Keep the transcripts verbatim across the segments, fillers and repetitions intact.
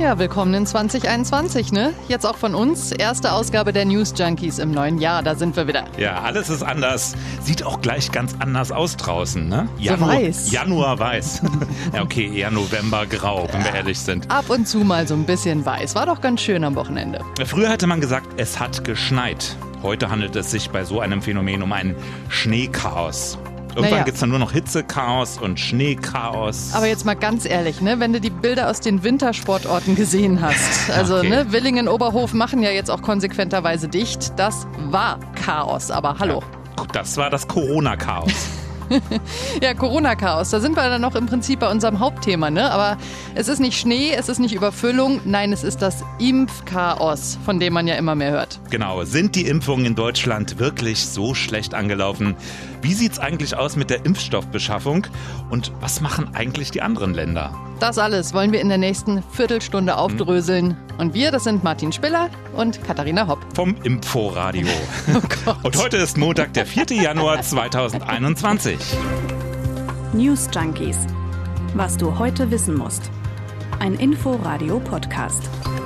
Ja, willkommen in zwanzig einundzwanzig, ne? Jetzt auch von uns. Erste Ausgabe der News Junkies im neuen Jahr, da sind wir wieder. Ja, alles ist anders. Sieht auch gleich ganz anders aus draußen, ne? Januar, so weiß. Januar weiß. Ja, okay, eher November grau, wenn wir ehrlich sind. Ab und zu mal so ein bisschen weiß. War doch ganz schön am Wochenende. Früher hätte man gesagt, es hat geschneit. Heute handelt es sich bei so einem Phänomen um ein Schneechaos. Irgendwann naja. gibt es dann nur noch Hitzechaos und Schneechaos. Aber jetzt mal ganz ehrlich, ne, wenn du die Bilder aus den Wintersportorten gesehen hast. Also okay. ne, Willingen, Oberhof machen ja jetzt auch konsequenterweise dicht. Das war Chaos, aber hallo. Ja, das war das Corona-Chaos. Ja, Corona-Chaos, da sind wir dann noch im Prinzip bei unserem Hauptthema, ne? Aber es ist nicht Schnee, es ist nicht Überfüllung, nein, es ist das Impfchaos, von dem man ja immer mehr hört. Genau, sind die Impfungen in Deutschland wirklich so schlecht angelaufen? Wie sieht's eigentlich aus mit der Impfstoffbeschaffung? Und was machen eigentlich die anderen Länder? Das alles wollen wir in der nächsten Viertelstunde aufdröseln. Mhm. Und wir, das sind Martin Spiller und Katharina Hopp. Vom Inforadio. Oh Gott. Und heute ist Montag, der vierte Januar zweitausendeinundzwanzig. News Junkies. Was du heute wissen musst. Ein Inforadio-Podcast.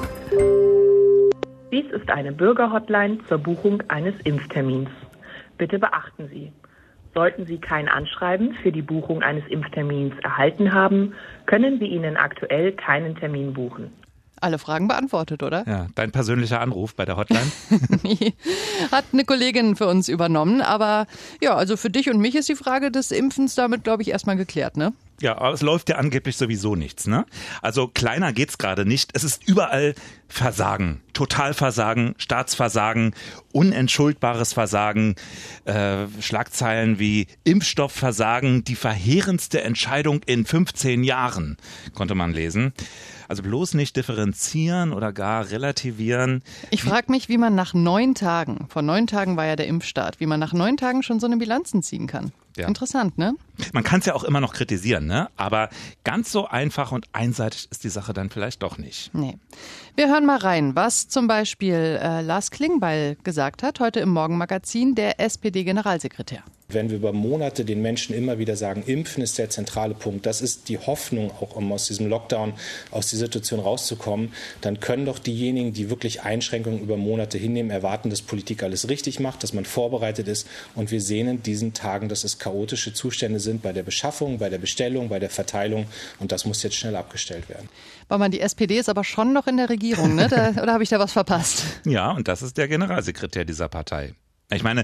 Dies ist eine Bürgerhotline zur Buchung eines Impftermins. Bitte beachten Sie: Sollten Sie kein Anschreiben für die Buchung eines Impftermins erhalten haben, können wir Ihnen aktuell keinen Termin buchen. Alle Fragen beantwortet, oder? Ja, dein persönlicher Anruf bei der Hotline? Nee, hat eine Kollegin für uns übernommen. Aber ja, also für dich und mich ist die Frage des Impfens damit, glaube ich, erstmal geklärt, ne? Ja, aber es läuft ja angeblich sowieso nichts, ne? Also kleiner geht's gerade nicht. Es ist überall Versagen, Totalversagen, Staatsversagen, unentschuldbares Versagen, äh, Schlagzeilen wie Impfstoffversagen, die verheerendste Entscheidung in fünfzehn Jahren, konnte man lesen. Also bloß nicht differenzieren oder gar relativieren. Ich frage mich, wie man nach neun Tagen, vor neun Tagen war ja der Impfstart, wie man nach neun Tagen schon so eine Bilanzen ziehen kann. Ja. Interessant, ne? Man kann es ja auch immer noch kritisieren, ne? Aber ganz so einfach und einseitig ist die Sache dann vielleicht doch nicht. Nee. Wir hören mal rein, was zum Beispiel äh, Lars Klingbeil gesagt hat, heute im Morgenmagazin, der S P D-Generalsekretär. Wenn wir über Monate den Menschen immer wieder sagen, Impfen ist der zentrale Punkt, das ist die Hoffnung, auch um aus diesem Lockdown, aus der Situation rauszukommen, dann können doch diejenigen, die wirklich Einschränkungen über Monate hinnehmen, erwarten, dass Politik alles richtig macht, dass man vorbereitet ist. Und wir sehen in diesen Tagen, dass es chaotische Zustände sind bei der Beschaffung, bei der Bestellung, bei der Verteilung. Und das muss jetzt schnell abgestellt werden. Baumann, die S P D ist aber schon noch in der Regierung, ne? Da, oder habe ich da was verpasst? Ja, und das ist der Generalsekretär dieser Partei. Ich meine,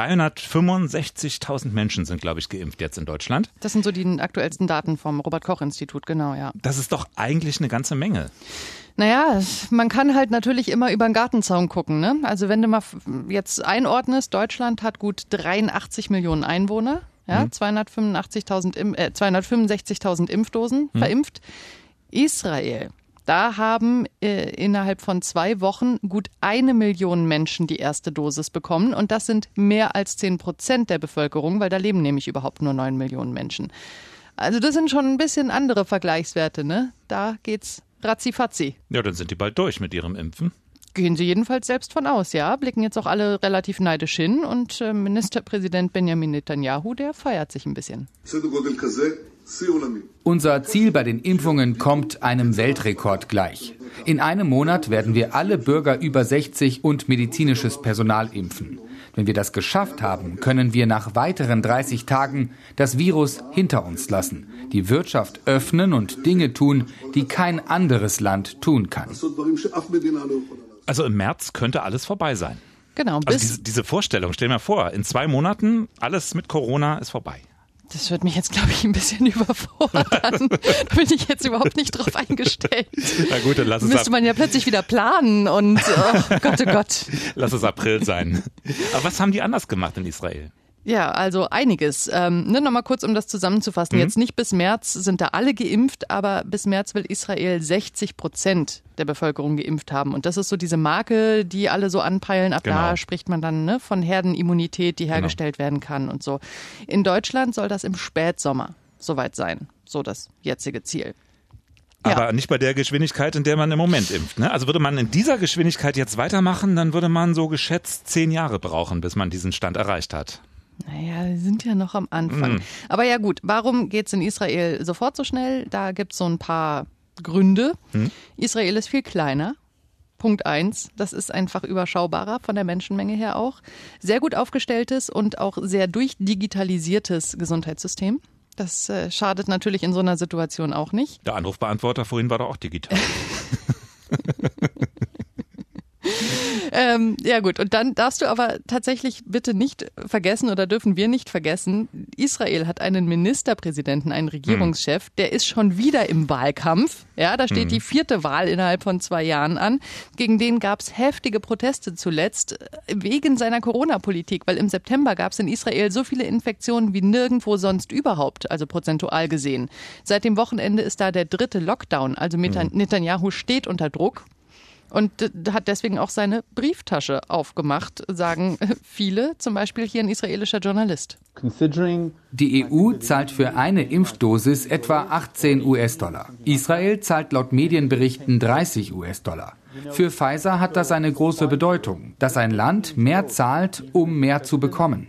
zweihundertfünfundsechzigtausend Menschen sind, glaube ich, geimpft jetzt in Deutschland. Das sind so die aktuellsten Daten vom Robert-Koch-Institut, genau, ja. Das ist doch eigentlich eine ganze Menge. Naja, man kann halt natürlich immer über den Gartenzaun gucken, ne? Also wenn du mal jetzt einordnest, Deutschland hat gut dreiundachtzig Millionen Einwohner, ja, hm. zweihundertfünfundachtzigtausend, äh, zweihundertfünfundsechzigtausend Impfdosen hm. verimpft. Israel. Da haben äh, innerhalb von zwei Wochen gut eine Million Menschen die erste Dosis bekommen. Und das sind mehr als zehn Prozent der Bevölkerung, weil da leben nämlich überhaupt nur neun Millionen Menschen. Also das sind schon ein bisschen andere Vergleichswerte, ne? Da geht's ratzifatzi. Ja, dann sind die bald durch mit ihrem Impfen. Gehen sie jedenfalls selbst von aus, ja. Blicken jetzt auch alle relativ neidisch hin. Und äh, Ministerpräsident Benjamin Netanyahu, der feiert sich ein bisschen. Unser Ziel bei den Impfungen kommt einem Weltrekord gleich. In einem Monat werden wir alle Bürger über sechzig und medizinisches Personal impfen. Wenn wir das geschafft haben, können wir nach weiteren dreißig Tagen das Virus hinter uns lassen, die Wirtschaft öffnen und Dinge tun, die kein anderes Land tun kann. Also im März könnte alles vorbei sein. Genau. Also diese, diese Vorstellung, stell dir mal vor, in zwei Monaten alles mit Corona ist vorbei. Das wird mich jetzt, glaube ich, ein bisschen überfordern. Da bin ich jetzt überhaupt nicht drauf eingestellt. Na gut, dann lass es Müsste man ja plötzlich wieder planen und oh Gott, oh Gott. Lass es April sein. Aber was haben die anders gemacht in Israel? Ja, also einiges. Ähm, ne, nochmal kurz, um das zusammenzufassen. Mhm. Jetzt nicht bis März sind da alle geimpft, aber bis März will Israel sechzig Prozent der Bevölkerung geimpft haben. Und das ist so diese Marke, die alle so anpeilen. Ab genau. Da spricht man dann ne, von Herdenimmunität, die hergestellt genau. werden kann und so. In Deutschland soll das im Spätsommer soweit sein. So das jetzige Ziel. Aber ja. nicht bei der Geschwindigkeit, in der man im Moment impft. Ne? Also würde man in dieser Geschwindigkeit jetzt weitermachen, dann würde man so geschätzt zehn Jahre brauchen, bis man diesen Stand erreicht hat. Naja, wir sind ja noch am Anfang. Mhm. Aber ja gut, warum geht's in Israel sofort so schnell? Da gibt's so ein paar Gründe. Hm. Israel ist viel kleiner. Punkt eins, das ist einfach überschaubarer von der Menschenmenge her auch. Sehr gut aufgestelltes und auch sehr durchdigitalisiertes Gesundheitssystem. Das äh, schadet natürlich in so einer Situation auch nicht. Der Anrufbeantworter vorhin war doch auch digital. ähm, ja gut, und dann darfst du aber tatsächlich bitte nicht vergessen oder dürfen wir nicht vergessen, Israel hat einen Ministerpräsidenten, einen Regierungschef, hm. der ist schon wieder im Wahlkampf. Ja, da steht hm. die vierte Wahl innerhalb von zwei Jahren an. Gegen den gab es heftige Proteste zuletzt wegen seiner Corona-Politik, weil im September gab es in Israel so viele Infektionen wie nirgendwo sonst überhaupt, also prozentual gesehen. Seit dem Wochenende ist da der dritte Lockdown, also Netanyahu steht unter Druck. Und hat deswegen auch seine Brieftasche aufgemacht, sagen viele, zum Beispiel hier ein israelischer Journalist. Die E U zahlt für eine Impfdosis etwa achtzehn US-Dollar. Israel zahlt laut Medienberichten dreißig US-Dollar. Für Pfizer hat das eine große Bedeutung, dass ein Land mehr zahlt, um mehr zu bekommen.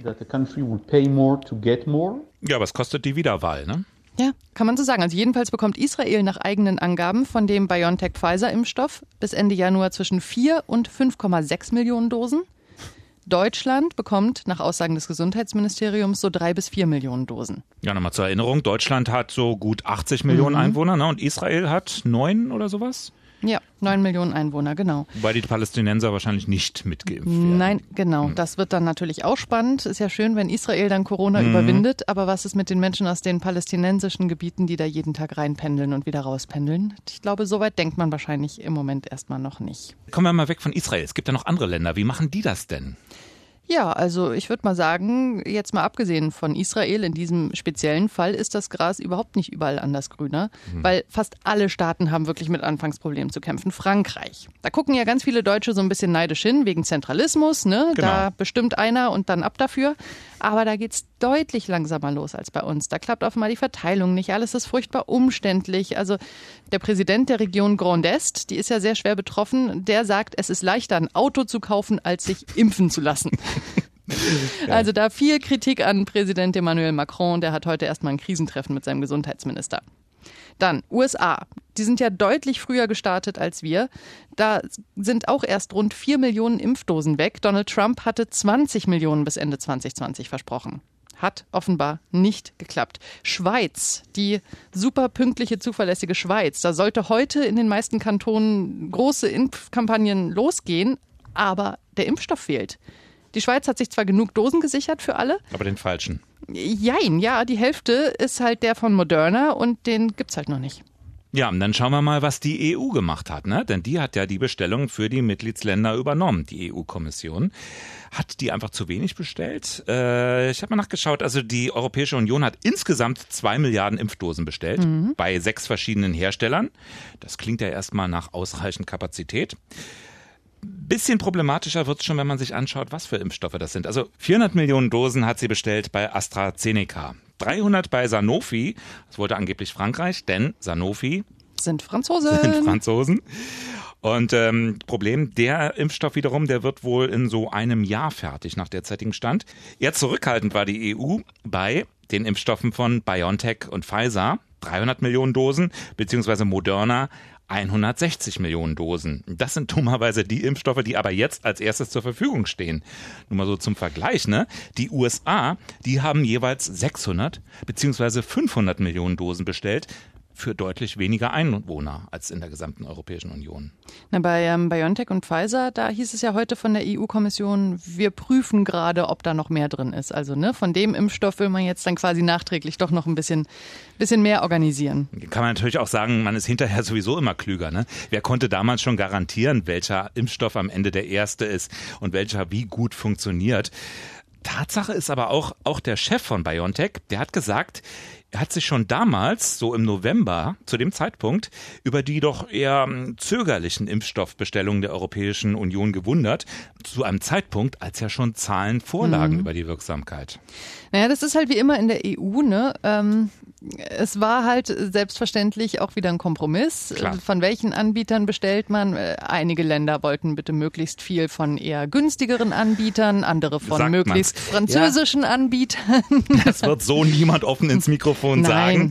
Ja, was kostet die Wiederwahl, ne? Ja, kann man so sagen. Also jedenfalls bekommt Israel nach eigenen Angaben von dem BioNTech-Pfizer-Impfstoff bis Ende Januar zwischen vier und fünf Komma sechs Millionen Dosen. Deutschland bekommt nach Aussagen des Gesundheitsministeriums so drei bis vier Millionen Dosen. Ja, nochmal zur Erinnerung, Deutschland hat so gut achtzig Millionen mhm. Einwohner, ne? Und Israel hat neun oder sowas? Ja, neun Millionen Einwohner, genau. Weil die Palästinenser wahrscheinlich nicht mitgeimpft werden. Nein, genau. Hm. Das wird dann natürlich auch spannend. Ist ja schön, wenn Israel dann Corona hm. überwindet. Aber was ist mit den Menschen aus den palästinensischen Gebieten, die da jeden Tag reinpendeln und wieder rauspendeln? Ich glaube, so weit denkt man wahrscheinlich im Moment erstmal noch nicht. Kommen wir mal weg von Israel. Es gibt ja noch andere Länder. Wie machen die das denn? Ja, also ich würde mal sagen, jetzt mal abgesehen von Israel, in diesem speziellen Fall ist das Gras überhaupt nicht überall anders grüner, mhm. weil fast alle Staaten haben wirklich mit Anfangsproblemen zu kämpfen. Frankreich, da gucken ja ganz viele Deutsche so ein bisschen neidisch hin, wegen Zentralismus, ne? Genau. Da bestimmt einer und dann ab dafür. Aber da geht's deutlich langsamer los als bei uns. Da klappt offenbar die Verteilung nicht, alles ist furchtbar umständlich. Also der Präsident der Region Grand Est, die ist ja sehr schwer betroffen, der sagt, es ist leichter, ein Auto zu kaufen, als sich impfen zu lassen. Also da viel Kritik an Präsident Emmanuel Macron, der hat heute erstmal ein Krisentreffen mit seinem Gesundheitsminister. Dann U S A, die sind ja deutlich früher gestartet als wir. Da sind auch erst rund vier Millionen Impfdosen weg. Donald Trump hatte zwanzig Millionen bis Ende zwanzig zwanzig versprochen. Hat offenbar nicht geklappt. Schweiz, die super pünktliche, zuverlässige Schweiz. Da sollte heute in den meisten Kantonen große Impfkampagnen losgehen, aber der Impfstoff fehlt. Die Schweiz hat sich zwar genug Dosen gesichert für alle. Aber den falschen. Jein, ja, die Hälfte ist halt der von Moderna und den gibt's halt noch nicht. Ja, und dann schauen wir mal, was die E U gemacht hat, ne? Denn die hat ja die Bestellung für die Mitgliedsländer übernommen, die E U-Kommission. Hat die einfach zu wenig bestellt? Äh, ich habe mal nachgeschaut, also die Europäische Union hat insgesamt zwei Milliarden Impfdosen bestellt, mhm. bei sechs verschiedenen Herstellern. Das klingt ja erstmal nach ausreichend Kapazität. Bisschen problematischer wird es schon, wenn man sich anschaut, was für Impfstoffe das sind. Also vierhundert Millionen Dosen hat sie bestellt bei AstraZeneca, dreihundert bei Sanofi, das wollte angeblich Frankreich, denn Sanofi sind Franzosen. Sind Franzosen. Und ähm, Problem, der Impfstoff wiederum, der wird wohl in so einem Jahr fertig nach derzeitigem Stand. Eher zurückhaltend war die E U bei den Impfstoffen von BioNTech und Pfizer, dreihundert Millionen Dosen, beziehungsweise Moderna, hundertsechzig Millionen Dosen. Das sind dummerweise die Impfstoffe, die aber jetzt als erstes zur Verfügung stehen. Nur mal so zum Vergleich, ne? Die U S A, die haben jeweils sechshundert beziehungsweise fünfhundert Millionen Dosen bestellt. Für deutlich weniger Einwohner als in der gesamten Europäischen Union. Na, bei ähm, BioNTech und Pfizer, da hieß es ja heute von der E U-Kommission, wir prüfen gerade, ob da noch mehr drin ist. Also ne, von dem Impfstoff will man jetzt dann quasi nachträglich doch noch ein bisschen, bisschen mehr organisieren. Kann man natürlich auch sagen, man ist hinterher sowieso immer klüger. Ne? Wer konnte damals schon garantieren, welcher Impfstoff am Ende der erste ist und welcher wie gut funktioniert? Tatsache ist aber auch, auch der Chef von BioNTech, der hat gesagt, er hat sich schon damals, so im November, zu dem Zeitpunkt, über die doch eher zögerlichen Impfstoffbestellungen der Europäischen Union gewundert, zu einem Zeitpunkt, als ja schon Zahlen vorlagen mhm. über die Wirksamkeit. Naja, das ist halt wie immer in der E U, ne? Ähm, es war halt selbstverständlich auch wieder ein Kompromiss. Klar. Von welchen Anbietern bestellt man? Einige Länder wollten bitte möglichst viel von eher günstigeren Anbietern, andere von Sagt möglichst man's. französischen ja. Anbietern. Das wird so niemand offen ins Mikrofon Nein. sagen.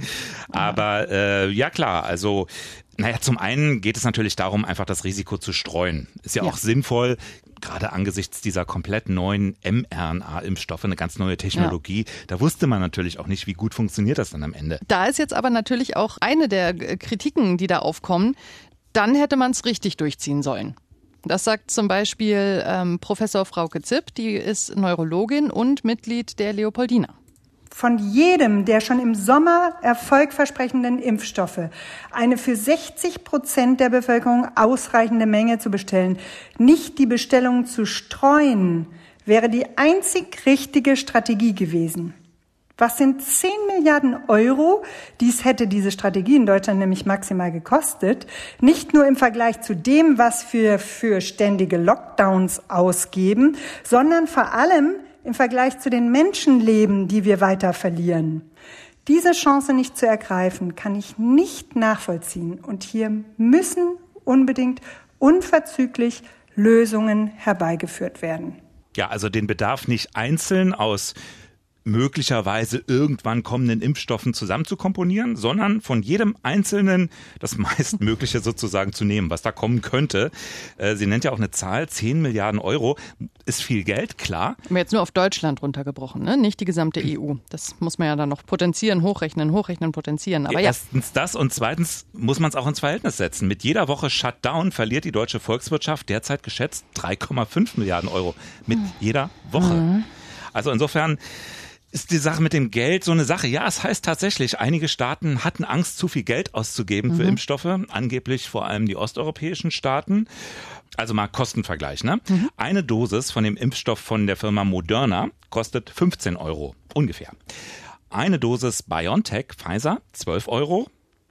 Aber äh, ja klar, also naja, zum einen geht es natürlich darum, einfach das Risiko zu streuen. Ist ja, ja. auch sinnvoll, gerade angesichts dieser komplett neuen mRNA-Impfstoffe, eine ganz neue Technologie. Ja. Da wusste man natürlich auch nicht, wie gut funktioniert das dann am Ende. Da ist jetzt aber natürlich auch eine der Kritiken, die da aufkommen, dann hätte man es richtig durchziehen sollen. Das sagt zum Beispiel ähm, Professor Frauke Zipp, die ist Neurologin und Mitglied der Leopoldina. Von jedem der schon im Sommer erfolgversprechenden Impfstoffe eine für sechzig Prozent der Bevölkerung ausreichende Menge zu bestellen, nicht die Bestellung zu streuen, wäre die einzig richtige Strategie gewesen. Was sind zehn Milliarden Euro? Dies hätte diese Strategie in Deutschland nämlich maximal gekostet. Nicht nur im Vergleich zu dem, was wir für ständige Lockdowns ausgeben, sondern vor allem im Vergleich zu den Menschenleben, die wir weiter verlieren. Diese Chance nicht zu ergreifen, kann ich nicht nachvollziehen. Und hier müssen unbedingt unverzüglich Lösungen herbeigeführt werden. Ja, also den Bedarf nicht einzeln aus möglicherweise irgendwann kommenden Impfstoffen zusammen zu komponieren, sondern von jedem Einzelnen das meistmögliche sozusagen zu nehmen, was da kommen könnte. Sie nennt ja auch eine Zahl, zehn Milliarden Euro, ist viel Geld, klar. Aber jetzt nur auf Deutschland runtergebrochen, ne? Nicht die gesamte E U. Das muss man ja dann noch potenzieren, hochrechnen, hochrechnen, potenzieren. Aber Erstens ja. das und zweitens muss man es auch ins Verhältnis setzen. Mit jeder Woche Shutdown verliert die deutsche Volkswirtschaft derzeit geschätzt drei Komma fünf Milliarden Euro. Mit hm. jeder Woche. Hm. Also insofern ist die Sache mit dem Geld so eine Sache. Ja, es heißt tatsächlich, einige Staaten hatten Angst, zu viel Geld auszugeben mhm. für Impfstoffe. Angeblich vor allem die osteuropäischen Staaten. Also mal Kostenvergleich, ne? Mhm. Eine Dosis von dem Impfstoff von der Firma Moderna kostet fünfzehn Euro, ungefähr. Eine Dosis BioNTech, Pfizer, zwölf Euro.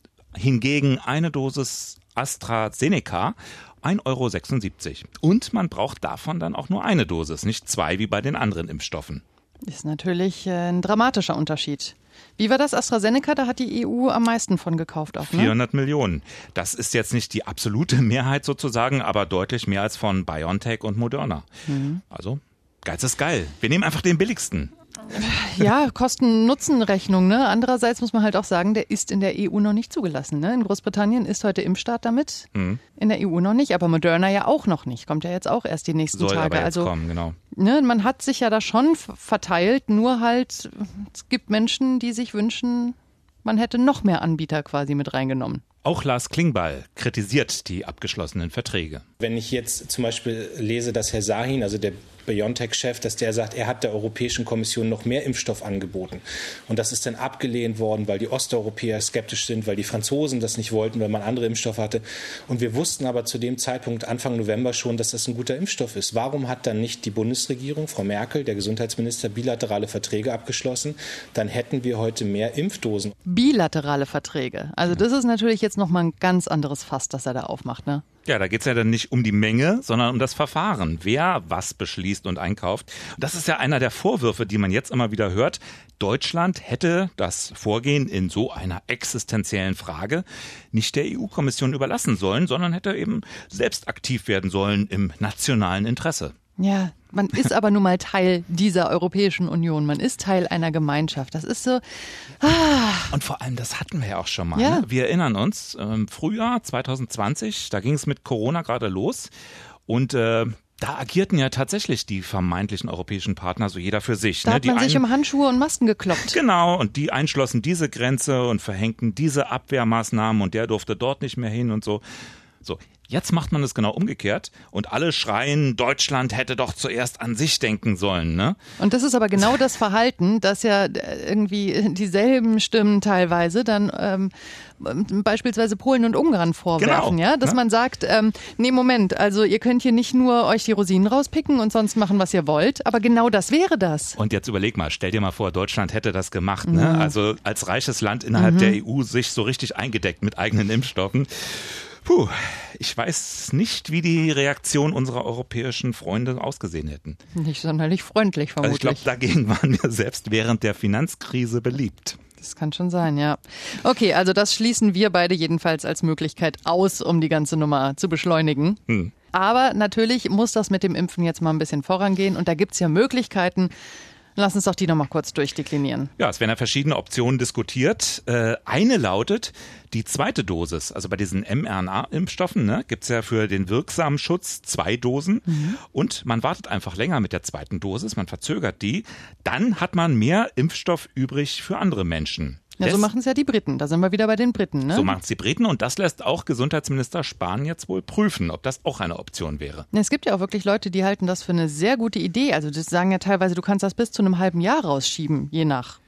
Hingegen eine Dosis AstraZeneca, ein Euro sechsundsiebzig. Und man braucht davon dann auch nur eine Dosis, nicht zwei wie bei den anderen Impfstoffen. Ist natürlich ein dramatischer Unterschied. Wie war das? AstraZeneca, da hat die E U am meisten von gekauft auch, ne? vierhundert Millionen. Das ist jetzt nicht die absolute Mehrheit sozusagen, aber deutlich mehr als von BioNTech und Moderna. Mhm. Also, Geiz ist geil. Wir nehmen einfach den billigsten. Ja, Kosten-Nutzen-Rechnung, ne? Andererseits muss man halt auch sagen, der ist in der E U noch nicht zugelassen, ne? In Großbritannien ist heute Impfstart damit, mhm. in der E U noch nicht, aber Moderna ja auch noch nicht. Kommt ja jetzt auch erst die nächsten Soll Tage. Aber jetzt also kommen, genau. Ne, man hat sich ja da schon verteilt, nur halt, es gibt Menschen, die sich wünschen, man hätte noch mehr Anbieter quasi mit reingenommen. Auch Lars Klingbeil kritisiert die abgeschlossenen Verträge. Wenn ich jetzt zum Beispiel lese, dass Herr Sahin, also der BioNTech-Chef, dass der sagt, er hat der Europäischen Kommission noch mehr Impfstoff angeboten. Und das ist dann abgelehnt worden, weil die Osteuropäer skeptisch sind, weil die Franzosen das nicht wollten, weil man andere Impfstoffe hatte. Und wir wussten aber zu dem Zeitpunkt Anfang November schon, dass das ein guter Impfstoff ist. Warum hat dann nicht die Bundesregierung, Frau Merkel, der Gesundheitsminister, bilaterale Verträge abgeschlossen? Dann hätten wir heute mehr Impfdosen. Bilaterale Verträge. Also das ist natürlich jetzt nochmal ein ganz anderes Fass, das er da aufmacht, ne? Ja, da geht's ja dann nicht um die Menge, sondern um das Verfahren. Wer was beschließt und einkauft. Das ist ja einer der Vorwürfe, die man jetzt immer wieder hört. Deutschland hätte das Vorgehen in so einer existenziellen Frage nicht der E U-Kommission überlassen sollen, sondern hätte eben selbst aktiv werden sollen im nationalen Interesse. Ja, man ist aber nun mal Teil dieser Europäischen Union. Man ist Teil einer Gemeinschaft. Das ist so. Ah. Und vor allem, das hatten wir ja auch schon mal. Ja. Ne? Wir erinnern uns, ähm, Frühjahr zwanzig zwanzig, da ging es mit Corona gerade los. Und äh, da agierten ja tatsächlich die vermeintlichen europäischen Partner so jeder für sich. Da ne? hat die man sich einen, um Handschuhe und Masken gekloppt. Genau, und die einschlossen diese Grenze und verhängten diese Abwehrmaßnahmen und der durfte dort nicht mehr hin und so. So, jetzt macht man es genau umgekehrt und alle schreien, Deutschland hätte doch zuerst an sich denken sollen, ne? Und das ist aber genau das Verhalten, das ja irgendwie dieselben Stimmen teilweise dann ähm, beispielsweise Polen und Ungarn vorwerfen, genau, ja, dass ne? man sagt, ähm, nee, Moment, also ihr könnt hier nicht nur euch die Rosinen rauspicken und sonst machen, was ihr wollt, aber genau das wäre das. Und jetzt überleg mal, stell dir mal vor, Deutschland hätte das gemacht, ne? Ja. Also als reiches Land innerhalb mhm. der E U sich so richtig eingedeckt mit eigenen Impfstoffen. Puh, ich weiß nicht, wie die Reaktion unserer europäischen Freunde ausgesehen hätten. Nicht sonderlich freundlich, vermutlich. Also ich glaube, dagegen waren wir selbst während der Finanzkrise beliebt. Das kann schon sein, ja. Okay, also das schließen wir beide jedenfalls als Möglichkeit aus, um die ganze Nummer zu beschleunigen. Hm. Aber natürlich muss das mit dem Impfen jetzt mal ein bisschen vorangehen und da gibt's ja Möglichkeiten. Lass uns doch die nochmal kurz durchdeklinieren. Ja, es werden ja verschiedene Optionen diskutiert. Äh, eine lautet, die zweite Dosis, also bei diesen mRNA-Impfstoffen, ne, gibt es ja für den wirksamen Schutz zwei Dosen. Mhm. Und man wartet einfach länger mit der zweiten Dosis, man verzögert die. Dann hat man mehr Impfstoff übrig für andere Menschen. Ja, so machen es ja die Briten. Da sind wir wieder bei den Briten, ne? So machen es die Briten und das lässt auch Gesundheitsminister Spahn jetzt wohl prüfen, ob das auch eine Option wäre. Es gibt ja auch wirklich Leute, die halten das für eine sehr gute Idee. Also das sagen ja teilweise, du kannst das bis zu einem halben Jahr rausschieben, je nach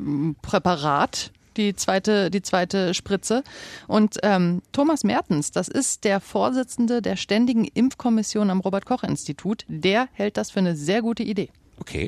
Präparat. Die zweite, die zweite Spritze. Und ähm, Thomas Mertens, das ist der Vorsitzende der Ständigen Impfkommission am Robert-Koch-Institut, der hält das für eine sehr gute Idee. Okay.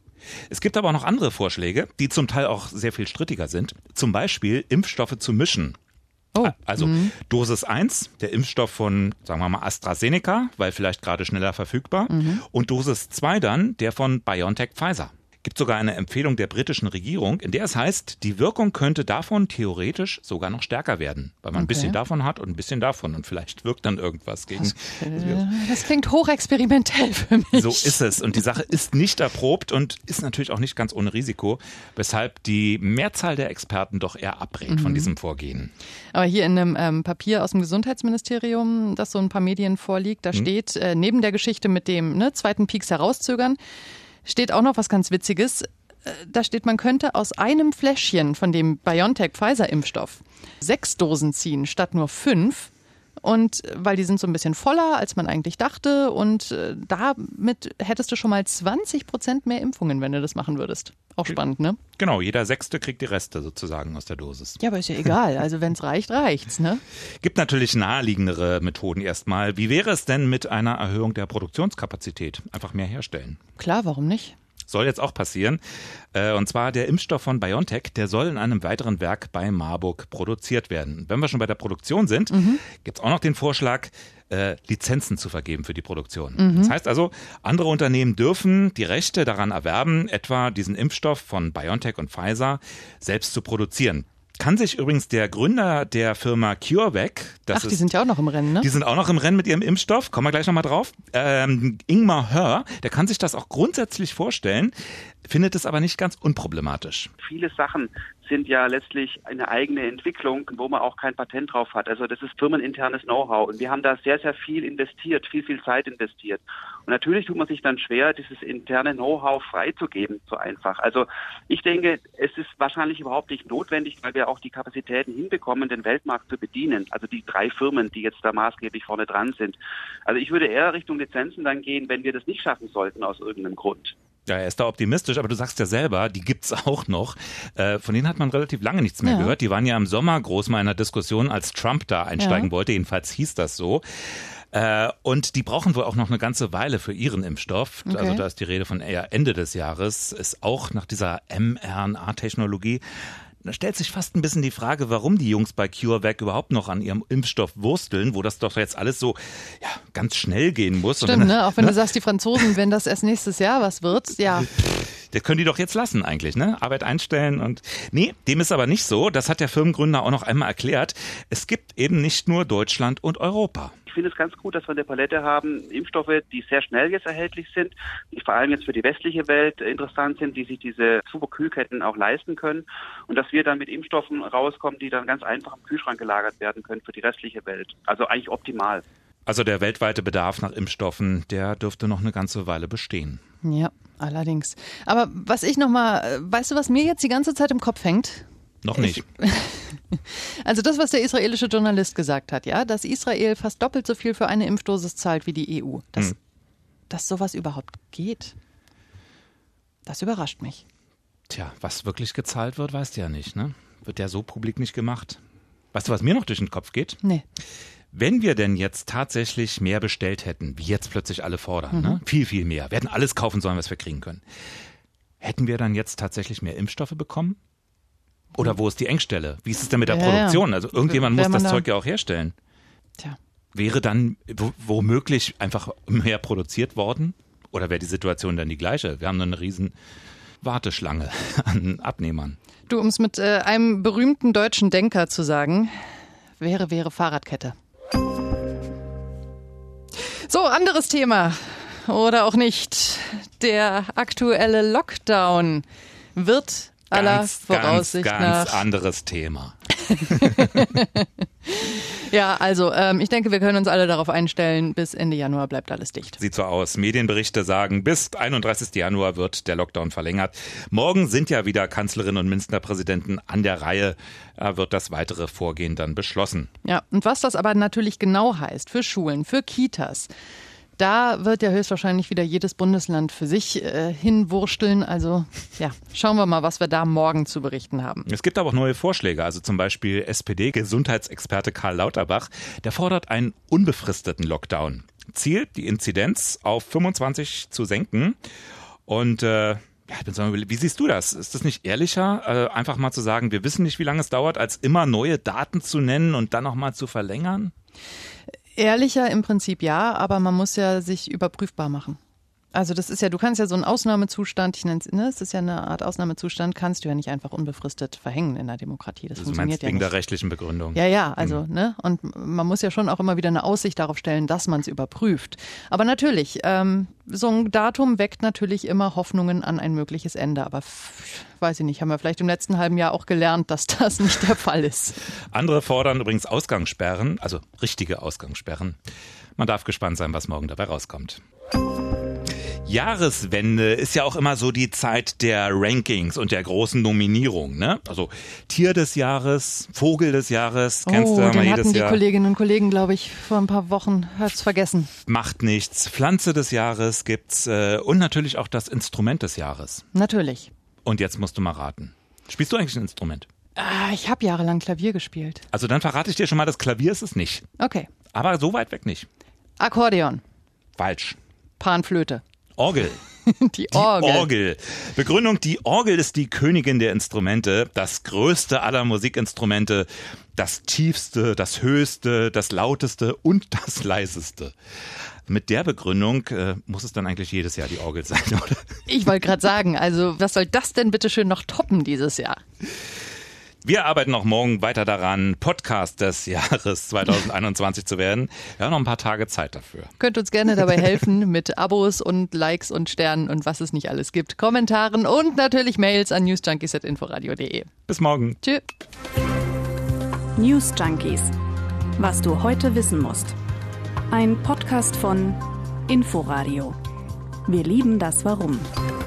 Es gibt aber auch noch andere Vorschläge, die zum Teil auch sehr viel strittiger sind. Zum Beispiel Impfstoffe zu mischen. Oh. Also mhm. Dosis eins, der Impfstoff von, sagen wir mal, AstraZeneca, weil vielleicht gerade schneller verfügbar. Mhm. Und Dosis zwei dann, der von BioNTech Pfizer. Gibt sogar eine Empfehlung der britischen Regierung, in der es heißt, die Wirkung könnte davon theoretisch sogar noch stärker werden, weil man okay. ein bisschen davon hat und ein bisschen davon und vielleicht wirkt dann irgendwas gegen. Das, äh, das klingt hochexperimentell für mich. So ist es und die Sache ist nicht erprobt und ist natürlich auch nicht ganz ohne Risiko, weshalb die Mehrzahl der Experten doch eher abrät mhm. von diesem Vorgehen. Aber hier in einem ähm, Papier aus dem Gesundheitsministerium, das so ein paar Medien vorliegt, da mhm. steht äh, neben der Geschichte mit dem ne, zweiten Peaks herauszögern, steht auch noch was ganz Witziges. Da steht, man könnte aus einem Fläschchen von dem BioNTech-Pfizer-Impfstoff sechs Dosen ziehen statt nur fünf. Und weil die sind so ein bisschen voller, als man eigentlich dachte. Und damit hättest du schon mal zwanzig Prozent mehr Impfungen, wenn du das machen würdest. Auch spannend, ne? Genau, jeder Sechste kriegt die Reste sozusagen aus der Dosis. Ja, aber ist ja egal. Also wenn es reicht, reicht's, ne? Gibt natürlich naheliegendere Methoden erstmal. Wie wäre es denn mit einer Erhöhung der Produktionskapazität? Einfach mehr herstellen. Klar, warum nicht? Soll jetzt auch passieren. Und zwar der Impfstoff von BioNTech, der soll in einem weiteren Werk bei Marburg produziert werden. Wenn wir schon bei der Produktion sind, mhm. gibt es auch noch den Vorschlag, äh, Lizenzen zu vergeben für die Produktion. Mhm. Das heißt also, andere Unternehmen dürfen die Rechte daran erwerben, etwa diesen Impfstoff von BioNTech und Pfizer selbst zu produzieren. Kann sich übrigens der Gründer der Firma CureVac, das Ach, die ist, sind ja auch noch im Rennen, ne? Die sind auch noch im Rennen mit ihrem Impfstoff, kommen wir gleich nochmal drauf. Ähm, Ingmar Hör, der kann sich das auch grundsätzlich vorstellen, findet es aber nicht ganz unproblematisch. Viele Sachen sind ja letztlich eine eigene Entwicklung, wo man auch kein Patent drauf hat. Also das ist firmeninternes Know-how. Und wir haben da sehr, sehr viel investiert, viel, viel Zeit investiert. Und natürlich tut man sich dann schwer, dieses interne Know-how freizugeben, so einfach. Also ich denke, es ist wahrscheinlich überhaupt nicht notwendig, weil wir auch die Kapazitäten hinbekommen, den Weltmarkt zu bedienen. Also die drei Firmen, die jetzt da maßgeblich vorne dran sind. Also ich würde eher Richtung Lizenzen dann gehen, wenn wir das nicht schaffen sollten aus irgendeinem Grund. Ja, er ist da optimistisch, aber du sagst ja selber, die gibt's auch noch. Äh, von denen hat man relativ lange nichts mehr ja. gehört. Die waren ja im Sommer groß mal in einer Diskussion, als Trump da einsteigen ja. wollte. Jedenfalls hieß das so. Äh, und die brauchen wohl auch noch eine ganze Weile für ihren Impfstoff. Okay. Also da ist die Rede von eher Ende des Jahres. Ist auch nach dieser mRNA-Technologie. Da stellt sich fast ein bisschen die Frage, warum die Jungs bei CureVac überhaupt noch an ihrem Impfstoff wursteln, wo das doch jetzt alles so ja, ganz schnell gehen muss. Stimmt, dann, ne? Auch wenn ne? du sagst, die Franzosen, wenn das erst nächstes Jahr was wird, ja. Das können die doch jetzt lassen eigentlich, ne? Arbeit einstellen und nee, dem ist aber nicht so. Das hat der Firmengründer auch noch einmal erklärt. Es gibt eben nicht nur Deutschland und Europa. Ich finde es ganz gut, dass wir eine Palette haben, Impfstoffe, die sehr schnell jetzt erhältlich sind, die vor allem jetzt für die westliche Welt interessant sind, die sich diese Superkühlketten auch leisten können und dass wir dann mit Impfstoffen rauskommen, die dann ganz einfach im Kühlschrank gelagert werden können für die restliche Welt. Also eigentlich optimal. Also der weltweite Bedarf nach Impfstoffen, der dürfte noch eine ganze Weile bestehen. Ja, allerdings. Aber was ich noch mal, weißt du, was mir jetzt die ganze Zeit im Kopf hängt? Noch nicht. Ich, also das, was der israelische Journalist gesagt hat, ja, dass Israel fast doppelt so viel für eine Impfdosis zahlt wie die E U. Dass, hm. dass sowas überhaupt geht, das überrascht mich. Tja, was wirklich gezahlt wird, weißt du ja nicht, ne? Wird ja so publik nicht gemacht. Weißt du, was mir noch durch den Kopf geht? Nee. Wenn wir denn jetzt tatsächlich mehr bestellt hätten, wie jetzt plötzlich alle fordern, mhm. ne? viel, viel mehr, wir hätten alles kaufen sollen, was wir kriegen können, hätten wir dann jetzt tatsächlich mehr Impfstoffe bekommen? Oder wo ist die Engstelle? Wie ist es denn mit der ja, Produktion? Also irgendjemand muss das da Zeug ja auch herstellen. Tja. Wäre dann w- womöglich einfach mehr produziert worden? Oder wäre die Situation dann die gleiche? Wir haben nur eine riesen Warteschlange an Abnehmern. Du, um es mit äh, einem berühmten deutschen Denker zu sagen, wäre, wäre Fahrradkette. So, anderes Thema. oder auch nicht. Der aktuelle Lockdown wird aller ganz, Voraussicht ganz, ganz nach anderes Thema. Ja, also ähm, ich denke, wir können uns alle darauf einstellen, bis Ende Januar bleibt alles dicht. Sieht so aus. Medienberichte sagen, bis einunddreißigsten Januar wird der Lockdown verlängert. Morgen sind ja wieder Kanzlerin und Ministerpräsidenten an der Reihe. Da wird das weitere Vorgehen dann beschlossen. Ja, und was das aber natürlich genau heißt für Schulen, für Kitas, da wird ja höchstwahrscheinlich wieder jedes Bundesland für sich äh, hinwursteln. Also ja, schauen wir mal, was wir da morgen zu berichten haben. Es gibt aber auch neue Vorschläge. Also zum Beispiel S P D-Gesundheitsexperte Karl Lauterbach, der fordert einen unbefristeten Lockdown. Ziel, die Inzidenz auf fünfundzwanzig zu senken. Und äh, ja, ich bin so, wie siehst du das? Ist das nicht ehrlicher, äh, einfach mal zu sagen, wir wissen nicht, wie lange es dauert, als immer neue Daten zu nennen und dann nochmal zu verlängern? Ehrlicher im Prinzip ja, aber man muss ja sich überprüfbar machen. Also das ist ja, du kannst ja so einen Ausnahmezustand, ich nenne es, ne, es ist ja eine Art Ausnahmezustand, kannst du ja nicht einfach unbefristet verhängen in der Demokratie. Das also funktioniert meinst ja wegen nicht. der rechtlichen Begründung? Ja, ja, also, mhm. ne, und man muss ja schon auch immer wieder eine Aussicht darauf stellen, dass man es überprüft. Aber natürlich, ähm, so ein Datum weckt natürlich immer Hoffnungen an ein mögliches Ende. Aber f- weiß ich nicht, haben wir vielleicht im letzten halben Jahr auch gelernt, dass das nicht der Fall ist. Andere fordern übrigens Ausgangssperren, also richtige Ausgangssperren. Man darf gespannt sein, was morgen dabei rauskommt. Jahreswende ist ja auch immer so die Zeit der Rankings und der großen Nominierung, ne? Also Tier des Jahres, Vogel des Jahres, kennst oh, du ja den mal hatten jedes die Jahr. Kolleginnen und Kollegen, glaube ich, vor ein paar Wochen, hat's vergessen. Macht nichts. Pflanze des Jahres gibt's äh, und natürlich auch das Instrument des Jahres. Natürlich. Und jetzt musst du mal raten. Spielst du eigentlich ein Instrument? Ah, ich habe jahrelang Klavier gespielt. Also dann verrate ich dir schon mal, das Klavier ist es nicht. Okay. Aber so weit weg nicht. Akkordeon. Falsch. Panflöte. Orgel. Die Orgel. Die Orgel. Begründung, die Orgel ist die Königin der Instrumente, das größte aller Musikinstrumente, das tiefste, das höchste, das lauteste und das leiseste. Mit der Begründung äh, muss es dann eigentlich jedes Jahr die Orgel sein, oder? Ich wollte gerade sagen, also was soll das denn bitte schön noch toppen dieses Jahr? Wir arbeiten auch morgen weiter daran, Podcast des Jahres zweitausendeinundzwanzig zu werden. Wir haben noch ein paar Tage Zeit dafür. Könnt uns gerne dabei helfen mit Abos und Likes und Sternen und was es nicht alles gibt. Kommentaren und natürlich Mails an newsjunkies at inforadio punkt de. Bis morgen. Tschüss. News Junkies. Was du heute wissen musst. Ein Podcast von Inforadio. Wir lieben das Warum.